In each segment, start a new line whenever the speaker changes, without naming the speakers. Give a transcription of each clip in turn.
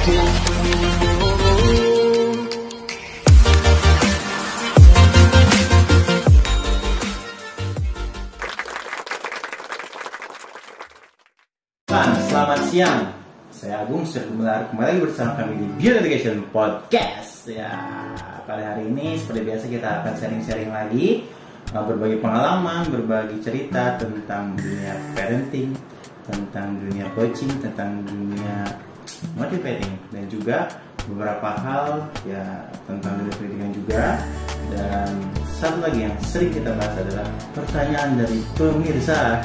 Selamat siang, saya Agung Sergumelar, kembali lagi bersama kami di Beauty Education Podcast. Ya, pada hari ini seperti biasa kita akan sharing-sharing lagi, berbagi pengalaman, berbagi cerita tentang dunia parenting, tentang dunia coaching, tentang dunia motivating, dan juga beberapa hal ya tentang dunia pendidikan juga. Dan satu lagi yang sering kita bahas adalah pertanyaan dari pemirsa.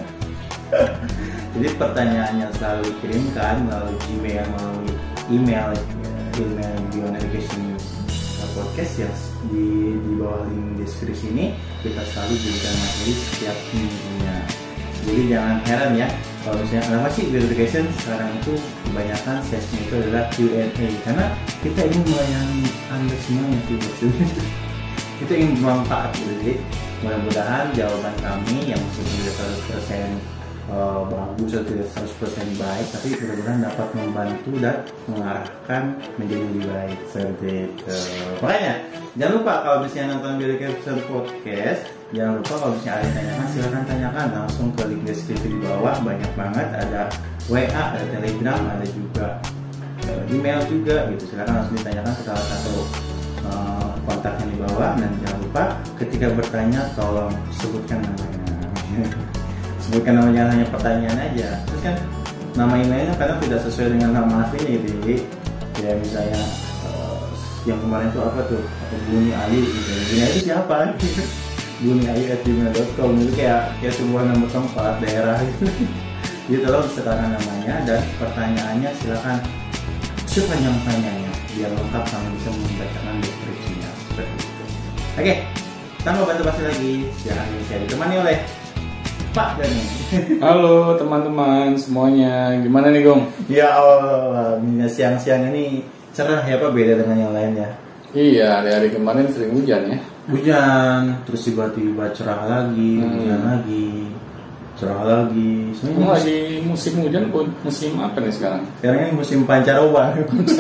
Jadi pertanyaannya selalu dikirimkan melalui Gmail, melalui email Beyond Education Podcast yang di bawah link deskripsi ini kita selalu berikan materi setiap minggunya. Jadi jangan heran ya kalau misalnya kenapa sih Beyond Education sekarang itu kebanyakan sesinya itu adalah Q&A, karena kita ingin melayani Anda semuanya kita ingin bermanfaat gitu. Jadi mudah-mudahan jawaban kami yang mungkin tidak 100% bagus atau tidak 100% baik, tapi mudah-mudahan dapat membantu dan mengarahkan menjadi lebih baik seperti itu. Makanya jangan lupa kalau misalnya nonton Beauty Education Podcast, jangan lupa kalau misalnya ada yang tanyakan, silahkan tanyakan langsung ke link deskripsi di bawah. Banyak banget, ada WA, ada Telegram, ada juga email juga gitu. Silahkan langsung ditanyakan ke salah satu kontaknya di bawah. Dan jangan lupa ketika bertanya tolong sebutkan namanya. Sebutkan namanya, hanya pertanyaan aja. Terus kan nama emailnya kadang tidak sesuai dengan nama aslinya gitu. Jadi ya misalnya yang kemarin itu apa tuh, Buni Ayu gitu. Buni Ayu siapa? buniayu@gmail.com itu kayak sebuah nama tempat, daerah gitu. Jadi tolong sekarang namanya dan pertanyaannya silakan sepanjang-panjangnya biar lengkap kami bisa membacakan deskripsinya seperti itu. Oke, tanpa basa-basi lagi, silakan saya ditemani oleh Pak Dani.
Halo teman-teman semuanya, gimana nih Gong?
Ya Allah, siang-siang ini cerah ya Pak, beda dengan yang lainnya.
Iya, hari-hari kemarin sering hujan ya.
Hujan, terus tiba-tiba cerah lagi, hujan lagi, cerah lagi.
Sebenarnya lagi musim hujan, musim apa nih sekarang?
Sekarang ini musim pancaroba.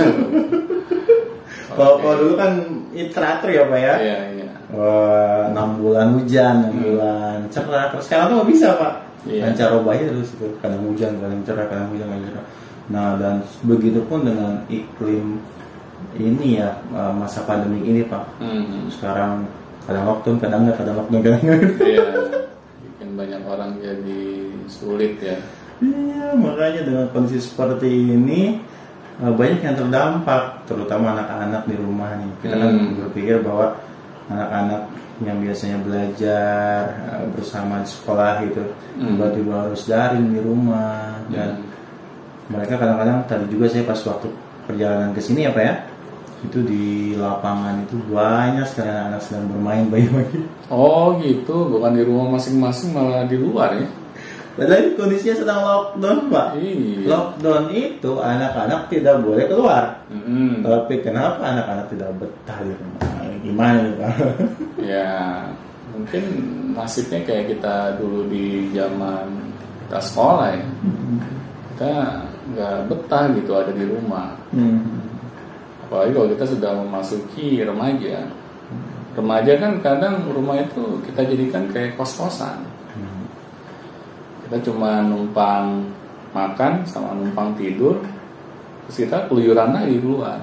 Kalau dulu kan teratur ya Pak ya.
Iya.
6 bulan hujan, 6 bulan cerah. Terus sekarang tuh nggak bisa Pak. Pancaroba aja terus itu, kadang hujan, kadang cerah, kadang hujan, kadang cerah. Nah dan begitu pun dengan iklim ini ya, masa pandemi ini Pak. Sekarang kadang lockdown, kadang nggak, kadang lockdown, kadang nggak.
Iya, bikin banyak orang jadi sulit ya.
Iya, makanya dengan kondisi seperti ini banyak yang terdampak, terutama anak-anak di rumah nih. Kita kan berpikir bahwa anak-anak yang biasanya belajar bersama di sekolah gitu, tiba-tiba harus daring di rumah. Dan mereka kadang-kadang, tadi juga saya pas waktu perjalanan ke sini ya Pak ya, itu di lapangan itu banyak sekali anak-anak sedang bermain bayi-bayi.
Oh gitu, bukan di rumah masing-masing malah di luar ya?
Padahal kondisinya sedang lockdown Pak.
Iya.
Lockdown itu anak-anak tidak boleh keluar. Tapi kenapa anak-anak tidak betah di rumah? Gimana nih Pak?
Ya mungkin nasibnya kayak kita dulu di zaman kita sekolah ya. Kita nggak betah gitu ada di rumah. Apalagi kalau kita sudah memasuki remaja. Remaja kan kadang rumah itu kita jadikan kayak kos-kosan. Kita cuma numpang makan sama numpang tidur, terus kita keluyuran lagi keluar.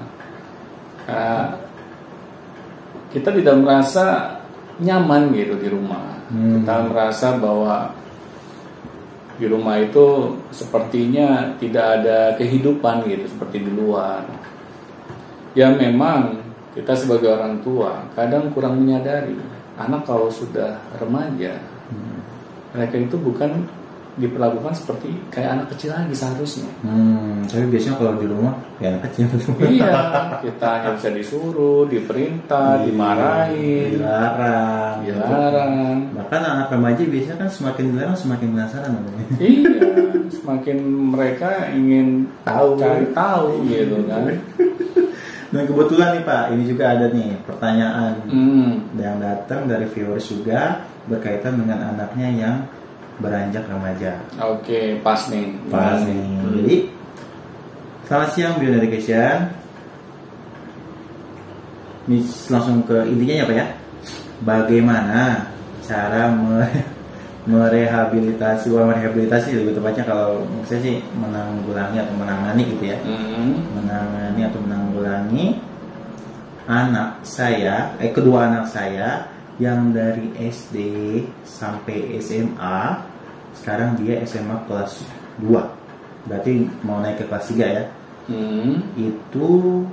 Kita tidak merasa nyaman gitu di rumah. Kita merasa bahwa di rumah itu sepertinya tidak ada kehidupan gitu seperti di luar. Ya memang kita sebagai orang tua kadang kurang menyadari anak kalau sudah remaja, mereka itu bukan diperlakukan seperti kayak anak kecil lagi seharusnya.
Tapi biasanya kalau di rumah ya anak kecil.
Iya, kita hanya bisa disuruh, diperintah, dimarahin, dilarang.
Bahkan anak remaja biasanya kan semakin dilarang semakin penasaran.
Iya, semakin mereka ingin cari tahu gitu kan.
Dan kebetulan nih Pak, ini juga ada nih pertanyaan yang datang dari viewers juga berkaitan dengan anaknya yang beranjak remaja.
Oke, pas nih.
Pas nih. Jadi Selamat siang Beyond Education. Ini langsung ke intinya apa ya? Bagaimana cara merehabilitasi lebih tepatnya, kalau saya sih menanggulangi atau menangani gitu ya. Menangani atau menanggulangi kedua anak saya yang dari SD sampai SMA. Sekarang dia SMA kelas 2, berarti mau naik ke kelas 3 ya. Itu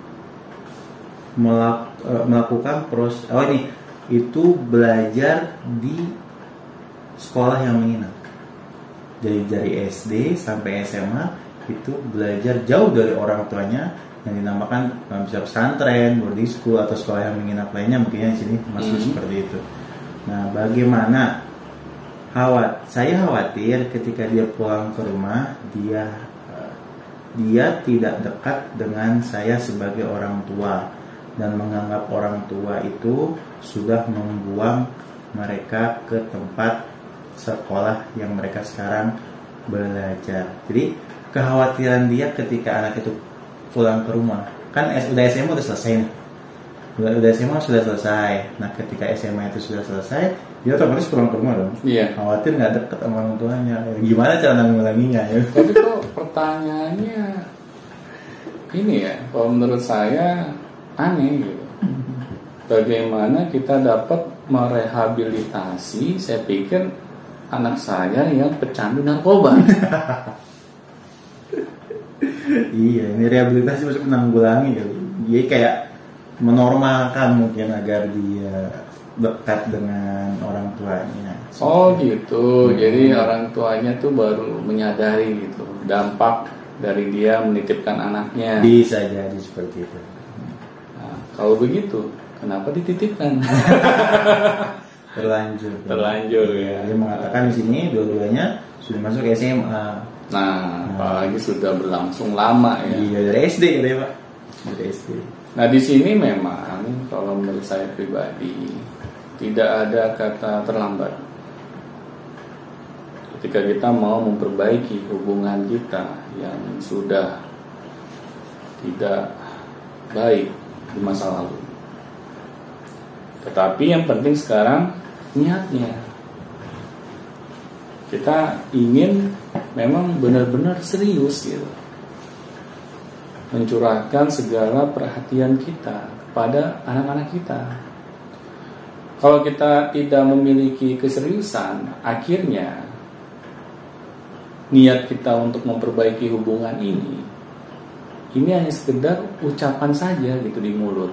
melakukan itu belajar di sekolah yang menginap. Jadi dari SD sampai SMA itu belajar jauh dari orang tuanya, yang dinamakan bisa pesantren, boarding school atau sekolah yang menginap lainnya, mungkin di sini masih seperti itu. Nah, bagaimana? Saya khawatir ketika dia pulang ke rumah, dia tidak dekat dengan saya sebagai orang tua, dan menganggap orang tua itu sudah membuang mereka ke tempat sekolah yang mereka sekarang belajar. Jadi kekhawatiran dia ketika anak itu pulang ke rumah, kan udah SMA udah selesai nih, udah SMA sudah selesai. Nah, ketika SMA itu sudah selesai, dia otomatis pulang ke rumah dong.
Iya.
Khawatir nggak deket sama orang tuanya. Gimana cara mengulanginya? Ya?
Tapi kok pertanyaannya ini ya, kalau menurut saya aneh gitu. Bagaimana kita dapat merehabilitasi? Saya pikir anak saya yang pecandu narkoba.
Iya, ini rehabilitasi maksudnya menanggulangi kali. Dia kayak menormalkan mungkin agar dia dekat dengan orang tuanya.
Oh gitu. Jadi orang tuanya tuh baru menyadari gitu dampak dari dia menitipkan anaknya.
Bisa jadi seperti itu.
Nah, kalau begitu, kenapa dititipkan? Terlanjur ya.
Dia mengatakan di sini dua-duanya sudah masuk ke SMA.
Nah, apalagi sudah berlangsung lama ya.
Iya, dari SD gitu ya Pak. Dari SD.
Nah, di sini memang kalau menurut saya pribadi tidak ada kata terlambat. Ketika kita mau memperbaiki hubungan kita yang sudah tidak baik di masa lalu. Tetapi yang penting sekarang niatnya. Kita ingin memang benar-benar serius gitu, mencurahkan segala perhatian kita kepada anak-anak kita. Kalau kita tidak memiliki keseriusan, akhirnya niat kita untuk memperbaiki hubungan ini hanya sekedar ucapan saja gitu di mulut.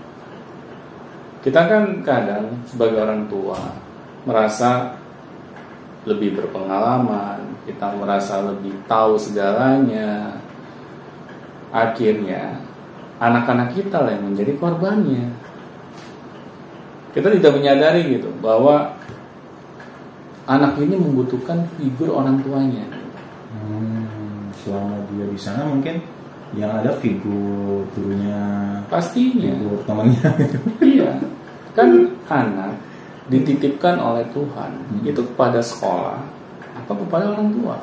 Kita kan kadang sebagai orang tua merasa lebih berpengalaman, kita merasa lebih tahu segalanya. Akhirnya anak-anak kita lah yang menjadi korbannya. Kita tidak menyadari gitu bahwa anak ini membutuhkan figur orang tuanya.
Selama dia di sana mungkin yang ada figur gurunya,
pastinya
figur temannya.
Iya, kan anak dititipkan oleh Tuhan itu kepada sekolah atau kepada orang tua.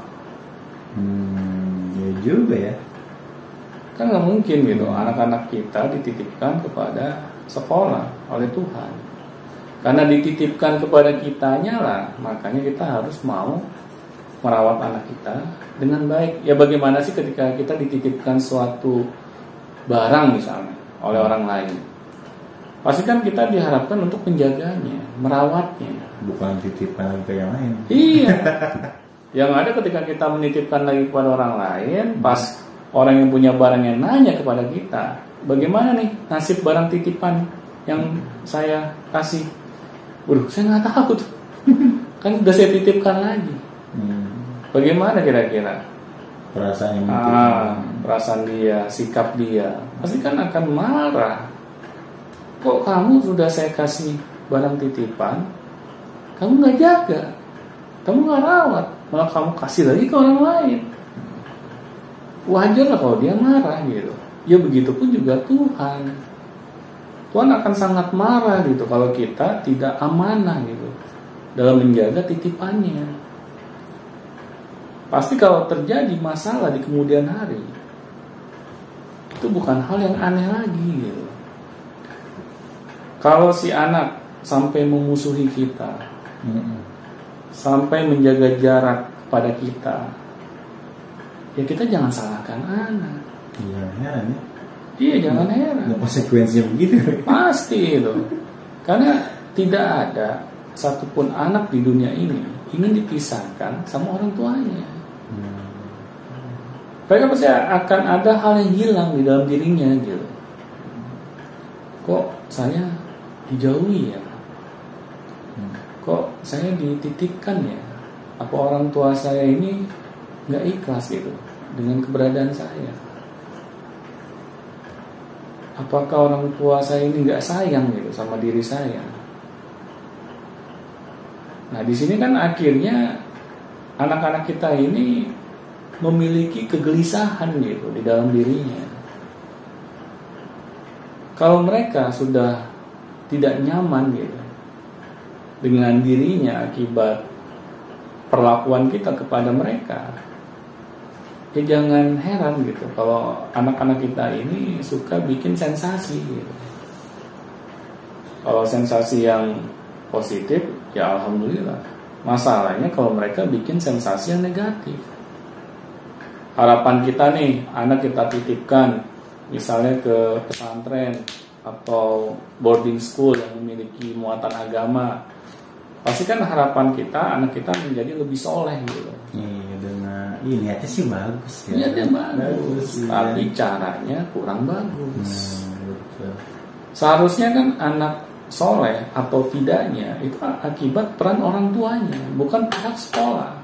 Ya juga ya.
Kan nggak mungkin gitu anak-anak kita dititipkan kepada sekolah oleh Tuhan. Karena dititipkan kepada kitanya lah, makanya kita harus mau merawat anak kita dengan baik. Ya bagaimana sih ketika kita dititipkan suatu barang misalnya oleh orang lain, pasti kan kita diharapkan untuk menjaganya, merawatnya.
Bukan titipkan lagi ke yang lain.
Iya. Yang ada ketika kita menitipkan lagi kepada orang lain, pas orang yang punya barang yang nanya kepada kita, bagaimana nih nasib barang titipan yang saya kasih? Waduh, saya nggak tahu tuh. Kan udah saya titipkan lagi. Bagaimana kira-kira
Perasaan yang
perasaan dia, sikap dia, pasti kan akan marah. Kok kamu sudah saya kasih barang titipan, kamu nggak jaga, kamu nggak rawat, malah kamu kasih lagi ke orang lain. Wajar lah kalau dia marah gitu. Ya begitupun juga Tuhan. Tuhan akan sangat marah gitu kalau kita tidak amanah gitu dalam menjaga titipannya. Pasti kalau terjadi masalah di kemudian hari, itu bukan hal yang aneh lagi gitu. Kalau si anak sampai memusuhi kita, sampai menjaga jarak pada kita, ya kita jangan salahkan anak.
Iya, heran ya.
Iya, jangan heran.
Konsekuensinya begitu.
Pasti itu. Karena tidak ada satupun anak di dunia ini ingin dipisahkan sama orang tuanya. Mereka pasti akan ada hal yang hilang di dalam dirinya gitu. Kok saya dijauhi ya? Kok saya dititipkan ya? Apa orang tua saya ini nggak ikhlas gitu dengan keberadaan saya? Apakah orang tua saya ini nggak sayang gitu sama diri saya? Nah di sini kan akhirnya anak-anak kita ini memiliki kegelisahan gitu di dalam dirinya. Kalau mereka sudah tidak nyaman gitu dengan dirinya akibat perlakuan kita kepada mereka, ya jangan heran gitu kalau anak-anak kita ini suka bikin sensasi gitu. Kalau sensasi yang positif, ya alhamdulillah. Masalahnya kalau mereka bikin sensasi yang negatif. Harapan kita nih, anak kita titipkan misalnya ke pesantren atau boarding school yang memiliki muatan agama, pasti kan harapan kita anak kita menjadi lebih soleh gitu.
Iya, dengan niatnya sih bagus ya.
Niatnya bagus, tapi caranya kurang bagus.
Betul.
Seharusnya kan anak soleh atau tidaknya itu akibat peran orang tuanya, bukan pihak sekolah.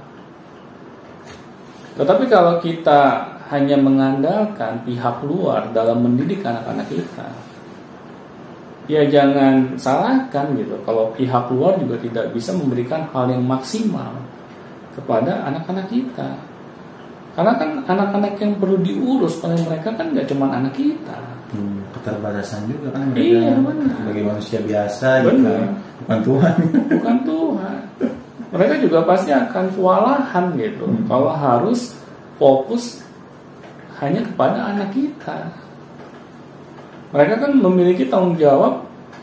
Tetapi kalau kita hanya mengandalkan pihak luar dalam mendidik anak-anak kita, ya jangan salahkan gitu kalau pihak luar juga tidak bisa memberikan hal yang maksimal kepada anak-anak kita. Karena kan anak-anak yang perlu diurus oleh mereka kan gak cuma anak kita.
Keterbatasan juga kan mereka.
Iya, benar.
Sebagai manusia biasa gitu, bukan Tuhan.
Bukan Tuhan. Mereka juga pasti akan kewalahan gitu kalau harus fokus hanya kepada anak kita. Mereka kan memiliki tanggung jawab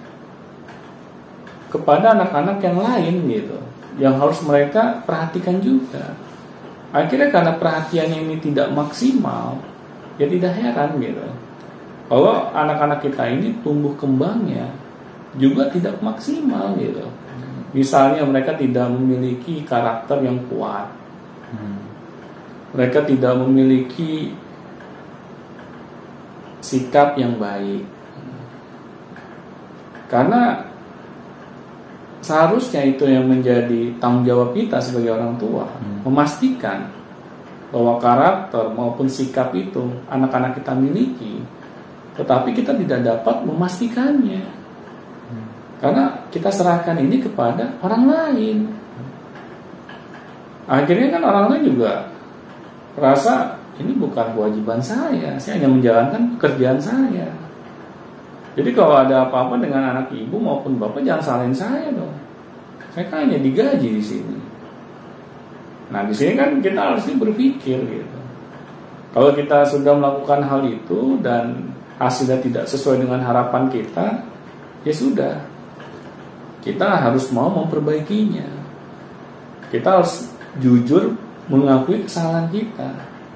kepada anak-anak yang lain gitu, yang harus mereka perhatikan juga. Akhirnya karena perhatian ini tidak maksimal, ya tidak heran gitu kalau anak-anak kita ini tumbuh kembangnya juga tidak maksimal gitu. Misalnya mereka tidak memiliki karakter yang kuat, mereka tidak memiliki sikap yang baik. Karena seharusnya itu yang menjadi tanggung jawab kita sebagai orang tua, memastikan bahwa karakter maupun sikap itu anak-anak kita miliki, tetapi kita tidak dapat memastikannya karena kita serahkan ini kepada orang lain. Akhirnya kan orang lain juga merasa ini bukan kewajiban saya hanya menjalankan pekerjaan saya. Jadi kalau ada apa-apa dengan anak ibu maupun bapak, jangan salahin saya dong. Saya kan hanya digaji di sini. Nah di sini kan kita harusnya berpikir gitu. Kalau kita sudah melakukan hal itu dan hasilnya tidak sesuai dengan harapan kita, ya sudah, kita harus mau memperbaikinya. Kita harus jujur mengakui kesalahan kita.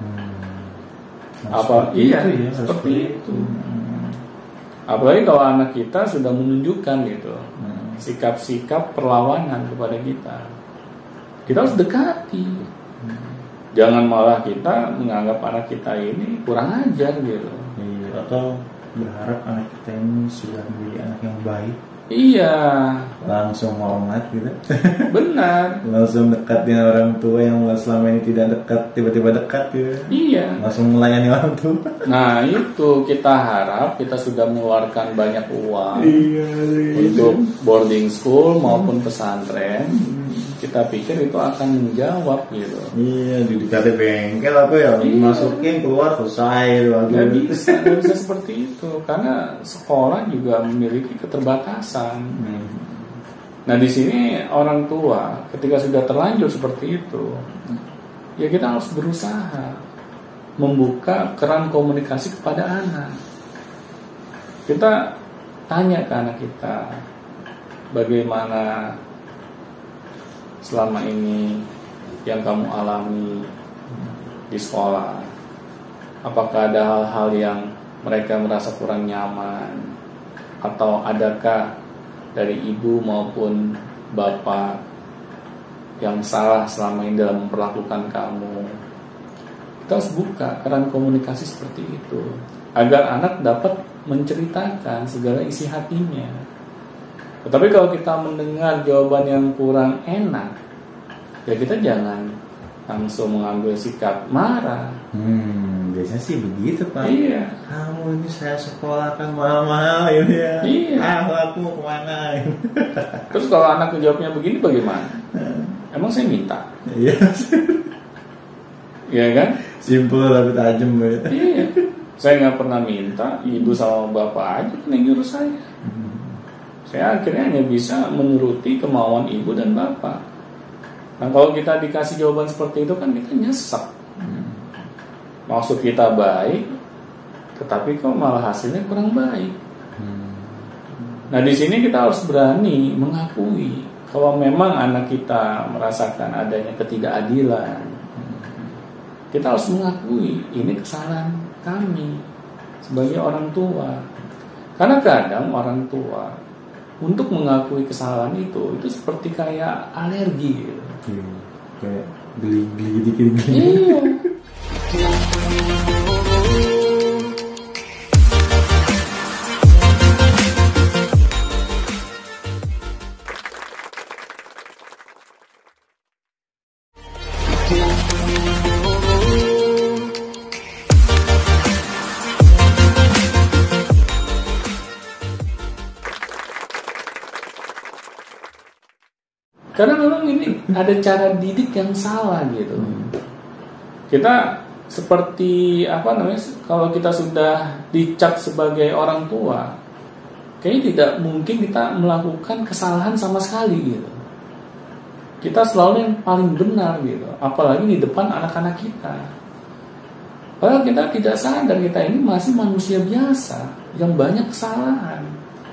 Seperti itu. Apalagi kalau anak kita sudah menunjukkan gitu sikap-sikap perlawanan kepada kita harus dekati. Jangan malah kita menganggap anak kita ini kurang ajar gitu.
Atau berharap anak kita ini sudah menjadi anak yang baik.
Iya.
Langsung hormat gitu.
Benar.
Langsung dekat dengan orang tua yang selama ini tidak dekat, tiba-tiba dekat gitu.
Iya.
Langsung melayani orang tua.
Nah itu kita harap kita sudah mengeluarkan banyak uang untuk boarding school maupun pesantren. Kita pikir itu akan menjawab gitu.
Iya, di dekat bengkel apa ya, masukin keluar selesai.
Gak bisa seperti itu karena sekolah juga memiliki keterbatasan. Nah di sini orang tua ketika sudah terlanjur seperti itu, ya kita harus berusaha membuka keran komunikasi kepada anak. Kita tanya ke anak kita, bagaimana selama ini yang kamu alami di sekolah? Apakah ada hal-hal yang mereka merasa kurang nyaman? Atau adakah dari ibu maupun bapak yang salah selama ini dalam memperlakukan kamu? Kita harus buka keran komunikasi seperti itu agar anak dapat menceritakan segala isi hatinya. Tetapi kalau kita mendengar jawaban yang kurang enak, ya kita jangan langsung mengambil sikap marah.
Biasanya sih begitu, Pak.
Iya.
Kamu ini saya sekolah kan mahal-mahal ya.
Iya.
Aku mau kemana?
Terus kalau anak jawabnya begini bagaimana? Emang saya minta?
Iya.
Iya kan?
Simpel tapi tajam gitu.
Iya. Saya nggak pernah minta, ibu sama bapak aja yang nyuruh saya. Saya akhirnya hanya bisa menuruti kemauan ibu dan bapak. Nah kalau kita dikasih jawaban seperti itu kan kita nyesek. Maksud kita baik, tetapi kok malah hasilnya kurang baik. Nah di sini kita harus berani mengakui kalau memang anak kita merasakan adanya ketidakadilan. Kita harus mengakui ini kesalahan kami sebagai orang tua. Karena kadang orang tua untuk mengakui kesalahan itu seperti kayak alergi gitu.
Kayak geli-geli dikit-dikit.
Iya. Karena memang ini ada cara didik yang salah gitu. Kita seperti kalau kita sudah dicap sebagai orang tua, kayaknya tidak mungkin kita melakukan kesalahan sama sekali gitu. Kita selalu yang paling benar gitu, apalagi di depan anak-anak kita. Padahal kita tidak sadar kita ini masih manusia biasa yang banyak kesalahan.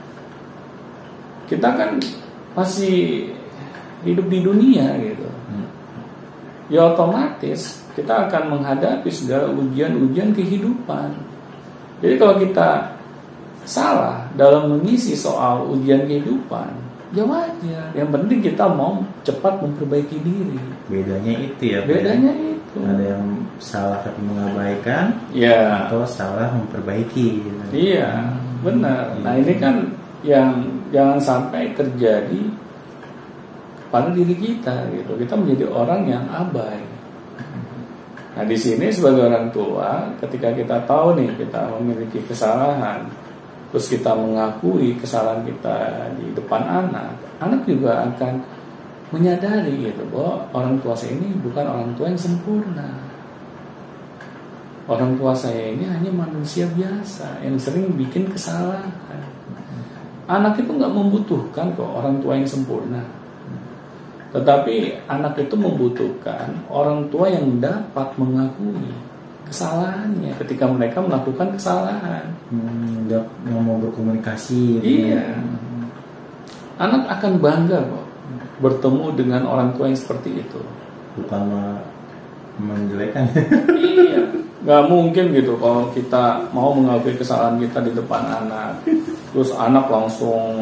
Kita kan masih hidup di dunia gitu. Ya otomatis kita akan menghadapi segala ujian-ujian kehidupan. Jadi kalau kita salah dalam mengisi soal ujian kehidupan, ya wajar. Yang penting kita mau cepat memperbaiki diri.
Bedanya itu ya.
Bedanya itu.
Ada yang salah tapi mengabaikan,
ya.
Atau salah memperbaiki. Gitu.
Iya, benar. Nah ini kan yang jangan sampai terjadi pada diri kita gitu. Kita menjadi orang yang abai. Nah di sini sebagai orang tua, ketika kita tahu nih kita memiliki kesalahan, terus kita mengakui kesalahan kita di depan anak, anak juga akan menyadari gitu bahwa orang tua saya ini bukan orang tua yang sempurna. Orang tua saya ini hanya manusia biasa yang sering bikin kesalahan. Anak itu nggak membutuhkan kok orang tua yang sempurna. Tetapi anak itu membutuhkan orang tua yang dapat mengakui kesalahannya ketika mereka melakukan kesalahan.
Nggak mau berkomunikasi.
Iya. Anak akan bangga kok bertemu dengan orang tua yang seperti itu.
Bukan menjelekan.
Iya. Nggak mungkin gitu kalau kita mau mengakui kesalahan kita di depan anak, terus anak langsung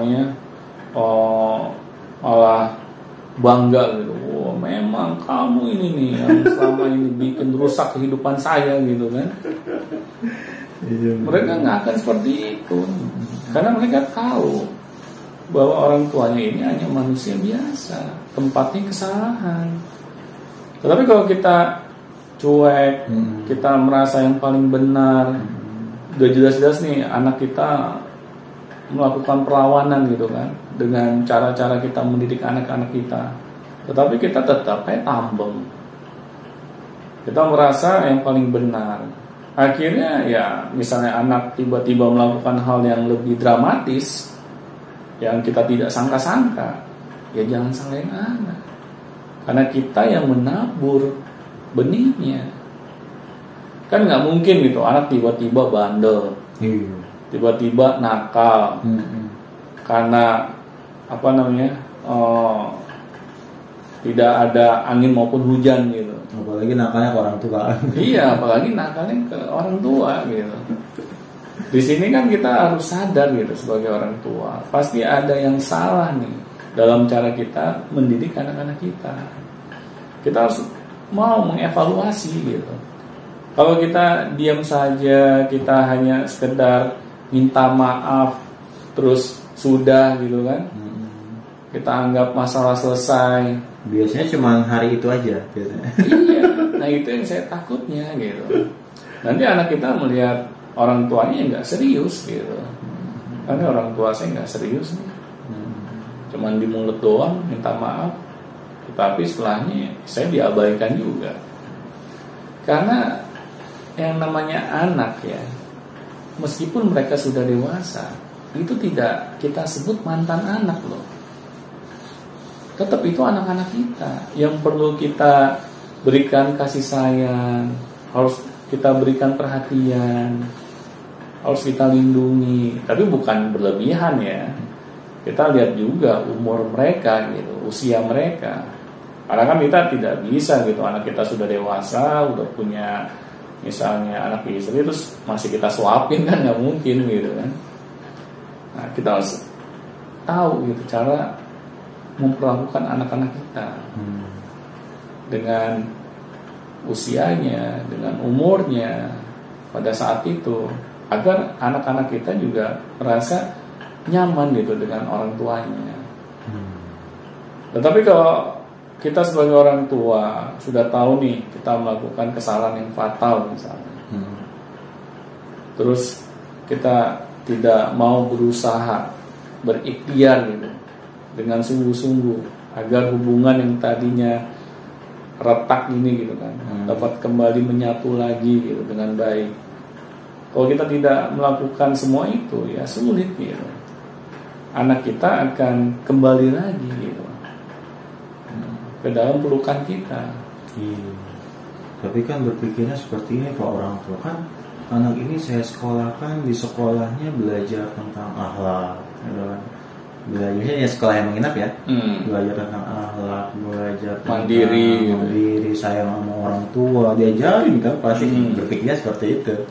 malah bangga gitu. Oh, memang kamu ini nih yang selama ini bikin rusak kehidupan saya gitu kan. Mereka nggak akan seperti itu karena mereka tahu bahwa orang tuanya ini hanya manusia biasa, tempatnya kesalahan. Tetapi kalau kita cuek, kita merasa yang paling benar, udah jelas-jelas nih anak kita melakukan perlawanan gitu kan dengan cara-cara kita mendidik anak-anak kita, tetapi kita tetap kayak tambeng. Kita merasa yang paling benar. Akhirnya ya misalnya anak tiba-tiba melakukan hal yang lebih dramatis yang kita tidak sangka-sangka, ya jangan salahin anak, karena kita yang menabur benihnya. Kan nggak mungkin gitu anak tiba-tiba bandel, tiba-tiba nakal, karena apa namanya tidak ada angin maupun hujan gitu.
Apalagi nakalnya ke orang tua.
Iya, apalagi nakalnya ke orang tua gitu. Di sini kan kita harus sadar gitu sebagai orang tua, pasti ada yang salah nih dalam cara kita mendidik anak-anak kita. Kita harus mau mengevaluasi gitu. Kalau kita diam saja, kita hanya sekedar minta maaf terus sudah gitu kan, kita anggap masalah selesai.
Biasanya cuma hari itu aja biasanya.
Iya, nah itu yang saya takutnya gitu. Nanti anak kita melihat orang tuanya nggak serius gitu. Karena orang tua saya nggak serius nih, cuman di mulut doang minta maaf, tetapi setelahnya saya diabaikan juga. Karena yang namanya anak ya, meskipun mereka sudah dewasa, itu tidak kita sebut mantan anak loh. Tetap itu anak-anak kita yang perlu kita berikan kasih sayang, harus kita berikan perhatian, harus kita lindungi. Tapi bukan berlebihan ya. Kita lihat juga umur mereka gitu, usia mereka. Karena kan kita tidak bisa gitu, anak kita sudah dewasa, udah punya misalnya anak istri, terus masih kita suapin kan nggak mungkin gitu kan. Nah, kita harus tahu gitu cara memperlakukan anak-anak kita dengan usianya, dengan umurnya pada saat itu, agar anak-anak kita juga merasa nyaman gitu dengan orang tuanya. Tetapi kalau kita sebagai orang tua sudah tahu nih kita melakukan kesalahan yang fatal misalnya, terus kita tidak mau berusaha berikhtiar gitu dengan sungguh-sungguh agar hubungan yang tadinya retak ini gitu kan dapat kembali menyatu lagi gitu dengan baik. Kalau kita tidak melakukan semua itu ya sulit gitu. Anak kita akan kembali lagi gitu ke dalam pelukan kita.
Tapi kan berpikirnya seperti ini Pak, orang tua kan anak ini saya sekolahkan di sekolahnya belajar tentang akhlak, belajarnya ya sekolah yang menginap ya, belajar tentang akhlak, belajar mandiri, sayang sama orang tua, diajarin kan pasti berpikirnya seperti itu.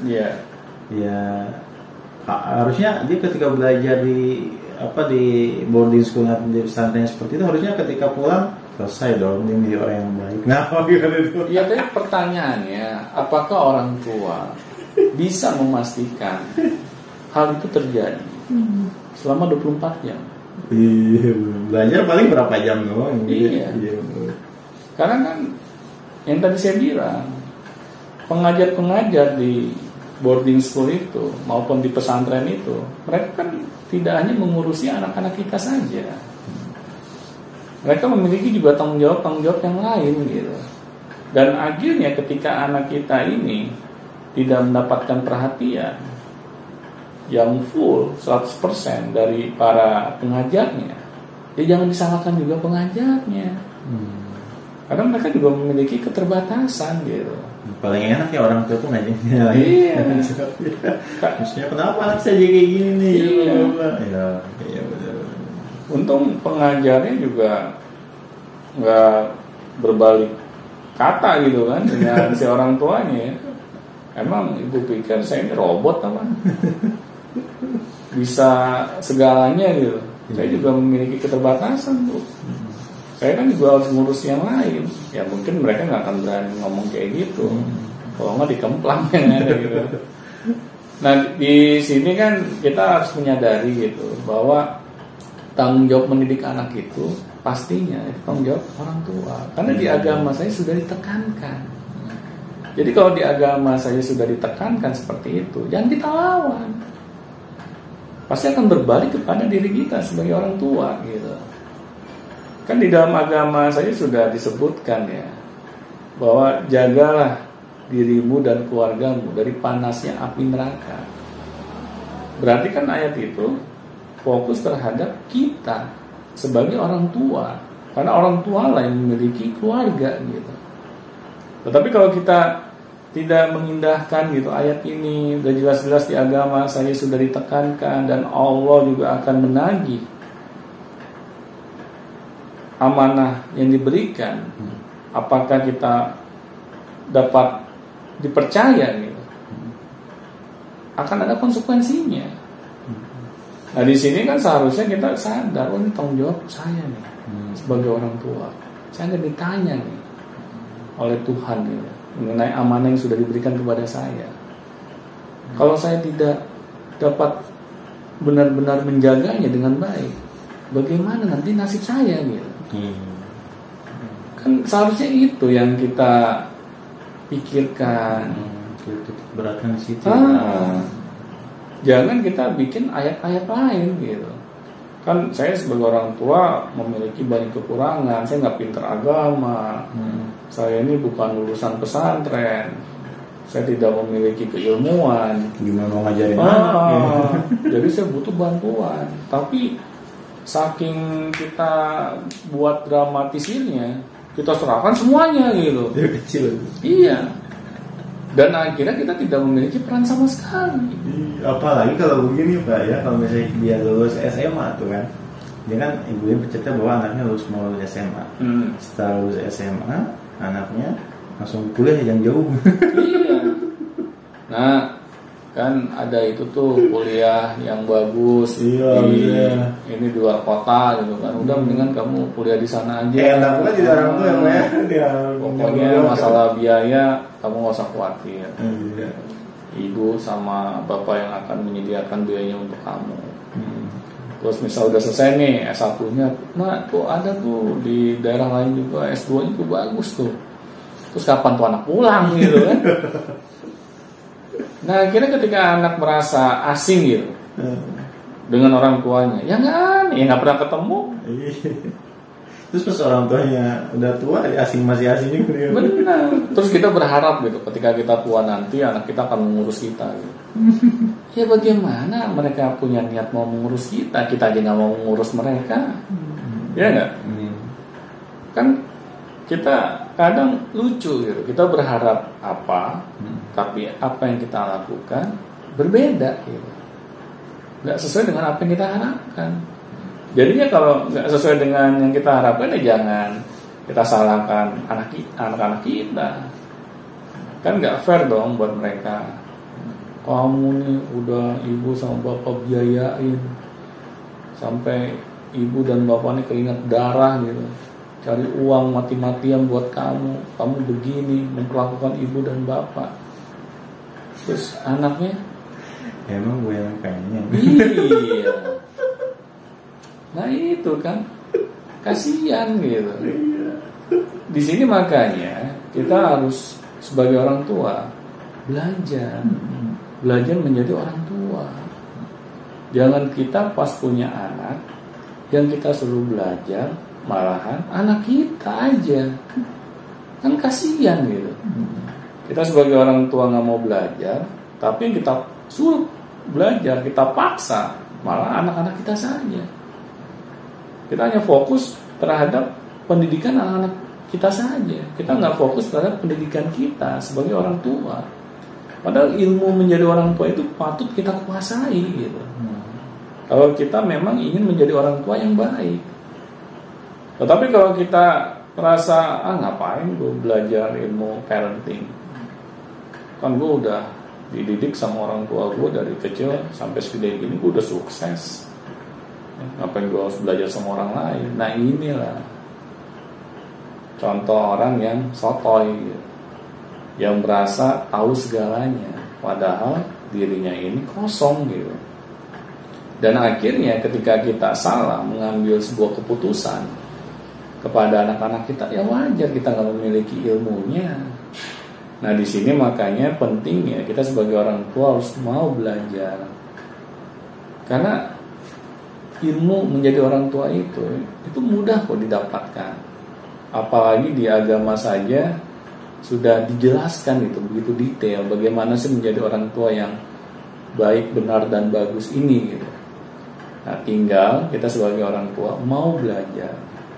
Ya harusnya dia ketika belajar di boarding school di pesantren seperti itu, harusnya ketika pulang selesai dong, dia menjadi orang yang baik. Nah, itu.
Ya, tapi pertanyaannya, apakah orang tua bisa memastikan hal itu terjadi selama 24 jam?
Iya, belajar paling berapa jam doang?
Iya. Karena kan yang tadi saya bilang, pengajar-pengajar di boarding school itu maupun di pesantren itu, mereka kan tidak hanya mengurusi anak-anak kita saja. Mereka memiliki juga tanggung jawab yang lain gitu. Dan akhirnya ketika anak kita ini tidak mendapatkan perhatian yang full 100% dari para pengajarnya, ya jangan disalahkan juga pengajarnya. Karena mereka juga memiliki keterbatasan gitu.
Paling enak ya orang tua tuh ngajarnya.
Iya.
Maksudnya kenapa anak saya jadi kayak gini nih? Iya benar.
Untung pengajarnya juga nggak berbalik kata gitu kan dengan si orang tuanya. Emang ibu pikir saya ini robot apa? Bisa segalanya gitu. Saya juga memiliki keterbatasan tuh. Saya kan juga harus ngurus yang lain. Ya mungkin mereka nggak akan berani ngomong kayak gitu. Kalau nggak dikemplang yang ada gitu. Nah di sini kan kita harus menyadari gitu bahwa tanggung jawab mendidik anak itu pastinya itu tanggung jawab orang tua. Karena di agama saya sudah ditekankan. Jadi kalau di agama saya sudah ditekankan seperti itu, jangan kita lawan. Pasti akan berbalik kepada diri kita sebagai orang tua gitu. Kan di dalam agama saya sudah disebutkan ya, bahwa jagalah dirimu dan keluargamu dari panasnya api neraka. Berarti kan ayat itu fokus terhadap kita sebagai orang tua, karena orang tua lah yang memiliki keluarga gitu. Tetapi kalau kita tidak mengindahkan gitu ayat ini. Udah jelas-jelas di agama saya sudah ditekankan dan Allah juga akan menagih amanah yang diberikan. Apakah kita dapat dipercaya gitu? Akan ada konsekuensinya. Nah di sini kan seharusnya kita sadar, oh ini tanggung jawab saya nih sebagai orang tua. Saya akan ditanya nih oleh Tuhan gitu, mengenai amanah yang sudah diberikan kepada saya. Kalau saya tidak dapat benar-benar menjaganya dengan baik, bagaimana nanti nasib saya gitu? Kan seharusnya itu yang kita pikirkan.
Beratkan di situ.
Jangan kita bikin ayat-ayat lain gitu. Kan saya sebagai orang tua memiliki banyak kekurangan. Saya nggak pintar agama. Saya ini bukan lulusan pesantren. Saya tidak memiliki keilmuan.
Gimana mau ngajarin anak?
Jadi saya butuh bantuan. Tapi saking kita buat dramatisirnya, kita serahkan semuanya gitu.
Dari kecil.
Iya. Dan akhirnya kita tidak memiliki peran sama sekali.
Apalagi kalau begini Pak ya, kalau misalnya dia lulus SMA tuh kan, dia kan ibunya bercerita bahwa anaknya mau lulus SMA. Setelah lulus SMA, anaknya langsung kuliah yang jauh.
Iya. Nah, kan ada itu tuh kuliah yang bagus ini di luar kota gitu kan. Udah mendingan kamu kuliah di sana aja.
Enak banget jadi orang tua ya.
Pokoknya masalah biaya kamu nggak usah khawatir. Ibu sama bapak yang akan menyediakan biayanya untuk kamu. Terus misal udah selesai nih S1-nya, nah tuh ada tuh di daerah lain juga S2-nya tuh bagus tuh. Terus kapan tuh anak pulang gitu kan? Nah akhirnya ketika anak merasa asing gitu dengan orang tuanya, ya nggak pernah ketemu.
Terus pas orang tuanya udah tua, masih asing juga.
Benar. Terus kita berharap gitu, ketika kita tua nanti anak kita akan mengurus kita. Gitu. Ya bagaimana mereka punya niat mau mengurus kita aja nggak mau mengurus mereka, ya nggak? Kan kita kadang lucu gitu, kita berharap apa, tapi apa yang kita lakukan berbeda gitu, nggak sesuai dengan apa yang kita harapkan. Jadinya kalau nggak sesuai dengan yang kita harapkan, ya jangan kita salahkan anak-anak kita. Kan nggak fair dong buat mereka. Kamu nih udah ibu sama bapak biayain sampai ibu dan bapak nih keringat darah gitu, cari uang mati-matian buat kamu begini memperlakukan ibu dan bapak. Terus anaknya
emang gue yang pengen.
Iya. Nah itu kan kasihan gitu. Di sini makanya kita harus sebagai orang tua belajar menjadi orang tua. Jangan kita pas punya anak yang kita suruh belajar, malahan anak kita aja, kan kasihan gitu. Kita sebagai orang tua nggak mau belajar, tapi kita suruh belajar, kita paksa, malah anak-anak kita saja. Kita hanya fokus terhadap pendidikan anak-anak kita saja. Kita nggak fokus terhadap pendidikan kita sebagai orang tua. Padahal ilmu menjadi orang tua itu patut kita kuasai gitu. Kalau kita memang ingin menjadi orang tua yang baik. Tetapi kalau kita merasa ngapain gue belajar ilmu parenting, kan gue udah dididik sama orang tua gue dari kecil sampai segede gini, gue udah sukses. Ngapain gue harus belajar sama orang lain? Nah inilah contoh orang yang sotoy gitu, yang merasa tahu segalanya, padahal dirinya ini kosong gitu. Dan akhirnya ketika kita salah mengambil sebuah keputusan kepada anak-anak kita, ya wajar kita nggak memiliki ilmunya. Nah di sini makanya pentingnya kita sebagai orang tua harus mau belajar, karena ilmu menjadi orang tua itu mudah kok didapatkan. Apalagi di agama saja sudah dijelaskan itu begitu detail bagaimana sih menjadi orang tua yang baik, benar dan bagus ini gitu. Nah tinggal kita sebagai orang tua mau belajar.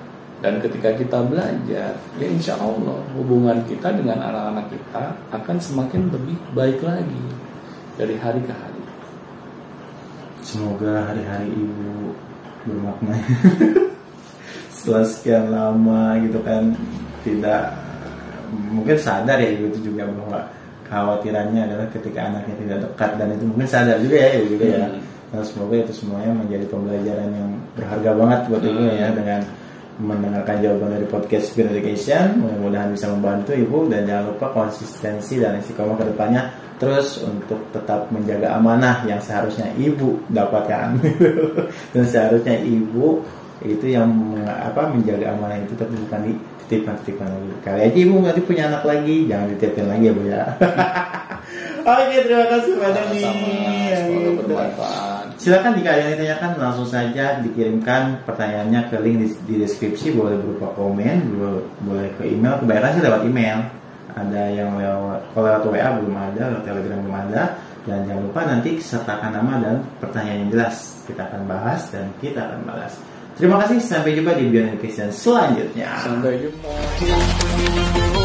Dan ketika kita belajar, ya insya Allah hubungan kita dengan anak-anak kita akan semakin lebih baik lagi dari hari ke hari.
Semoga hari-hari ibu bermakna. Setelah sekian lama gitu kan, tidak mungkin sadar ya ibu itu juga bahwa kekhawatirannya adalah ketika anaknya tidak dekat, dan itu mungkin sadar juga ya ibu juga ya. Nah, semoga itu semuanya menjadi pembelajaran yang berharga banget buat ibu ya, dengan mendengarkan jawaban dari podcast Speed Education. Mudah-mudahan bisa membantu ibu, dan jangan lupa konsistensi dan istiqomah ke depannya terus untuk tetap menjaga amanah yang seharusnya ibu dapatkan. Dan seharusnya ibu itu yang menjaga amanah itu, tapi bukan dititipkan lagi. Kali aja ibu nanti punya anak lagi, jangan dititipin lagi ya bu ya. Oke, terima kasih Pak Dani.
Semoga bermanfaat.
Silakan jika ada yang ditanyakan langsung saja dikirimkan pertanyaannya ke link di deskripsi, boleh berupa komen, boleh ke email. Kebanyakan sih lewat email. Ada yang lewat WA belum ada, lewat Telegram belum ada. Dan jangan lupa nanti sertakan nama dan pertanyaan yang jelas. Kita akan bahas dan kita akan balas. Terima kasih, sampai jumpa di Beyond Education selanjutnya.
Sampai jumpa.